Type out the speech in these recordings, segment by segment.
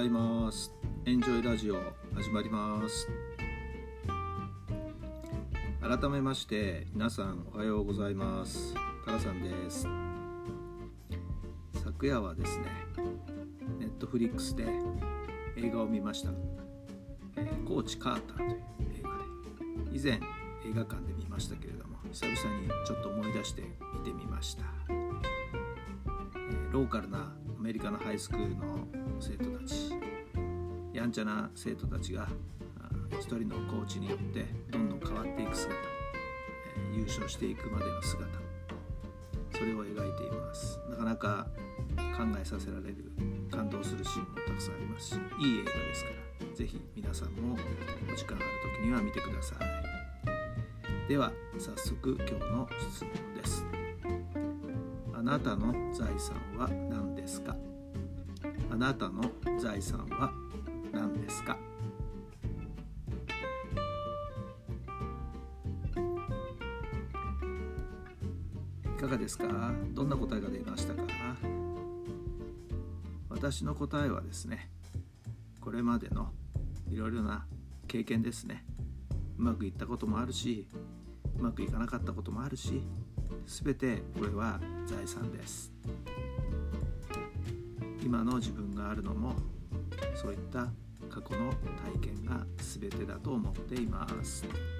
います。エンジョイラジオ始まります。改めまして皆さんおはようございます。タラさんです。昨夜はですね、ネットフリックスで映画を見ました。コーチ・カーターという映画で、以前映画館で見ましたけれども、久々にちょっと思い出して見てみました。ローカルなアメリカのハイスクールの生徒たち、やんちゃな生徒たちが一人のコーチによってどんどん変わっていく姿、優勝していくまでの姿、それを描いています。なかなか考えさせられる、感動するシーンもたくさんありますし、いい映画ですから、ぜひ皆さんもお時間ある時には見てください。では早速今日の質問です。あなたの財産は何ですか？あなたの財産は何ですか？いかがですか？どんな答えが出ましたか？私の答えはですね、これまでのいろいろな経験ですね。うまくいったこともあるし、うまくいかなかったこともあるし、すべてこれは財産です。今の自分があるのも、そういった過去の体験がすべてだと思っています。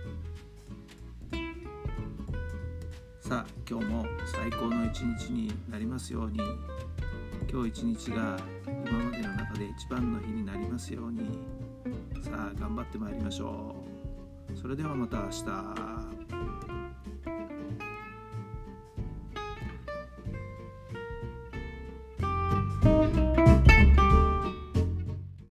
さあ、今日も最高の一日になりますように。今日一日が今までの中で一番の日になりますように。さあ、頑張ってまいりましょう。それではまた明日。